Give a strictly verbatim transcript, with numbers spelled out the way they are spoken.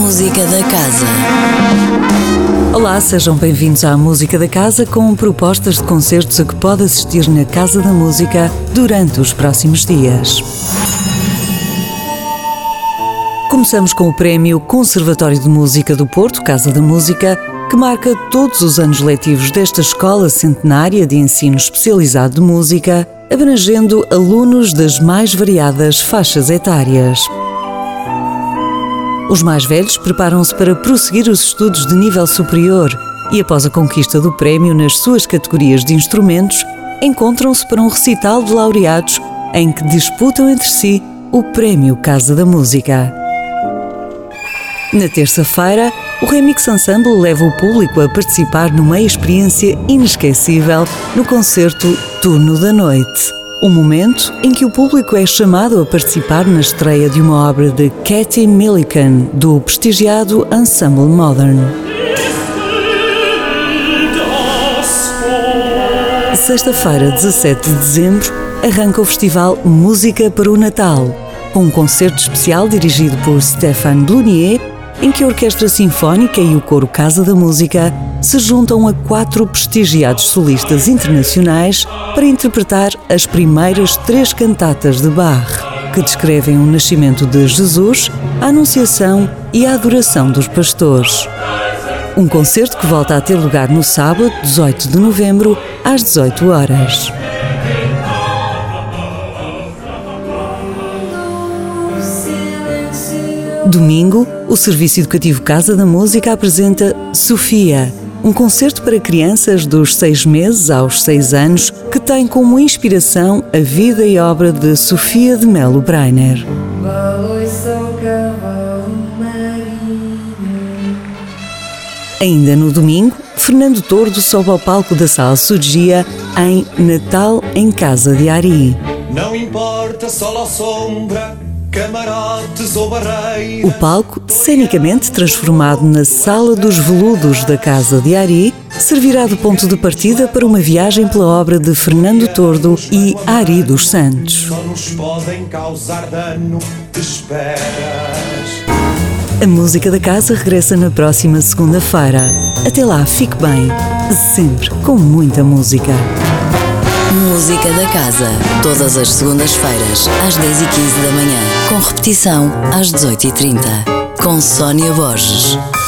Música da Casa. Olá, sejam bem-vindos à Música da Casa com propostas de concertos a que pode assistir na Casa da Música durante os próximos dias. Começamos com o Prémio Conservatório de Música do Porto, Casa da Música, que marca todos os anos letivos desta escola centenária de ensino especializado de música, abrangendo alunos das mais variadas faixas etárias. Os mais velhos preparam-se para prosseguir os estudos de nível superior e, após a conquista do prémio nas suas categorias de instrumentos, encontram-se para um recital de laureados em que disputam entre si o Prémio Casa da Música. Na terça-feira, o Remix Ensemble leva o público a participar numa experiência inesquecível no concerto Turno da Noite. Um momento em que o público é chamado a participar na estreia de uma obra de Katie Millican, do prestigiado Ensemble Modern. Sexta-feira, dezassete de dezembro, arranca o festival Música para o Natal, com um concerto especial dirigido por Stéphane Blunier, em que a Orquestra Sinfónica e o Coro Casa da Música se juntam a quatro prestigiados solistas internacionais para interpretar as primeiras três cantatas de Bach, que descrevem o nascimento de Jesus, a Anunciação e a adoração dos pastores. Um concerto que volta a ter lugar no sábado, dezoito de novembro, às dezoito horas. Domingo, o Serviço Educativo Casa da Música apresenta Sofia, um concerto para crianças dos seis meses aos seis anos que tem como inspiração a vida e obra de Sofia de Melo Breiner. Ainda no domingo, Fernando Tordo sobe ao palco da Sala Surgia em Natal em Casa de Ari. Não importa sol ou sombra, camarotes ou barreira. O palco, cenicamente transformado na Sala dos Veludos da Casa de Ari, servirá de ponto de partida para uma viagem pela obra de Fernando Tordo e Ari dos Santos. Só nos podem causar dano de esperas. A Música da Casa regressa na próxima segunda-feira. Até lá, fique bem, sempre com muita música. Música da Casa, todas as segundas-feiras, às dez e quinze da manhã, com repetição às dezoito e trinta, com Sónia Borges.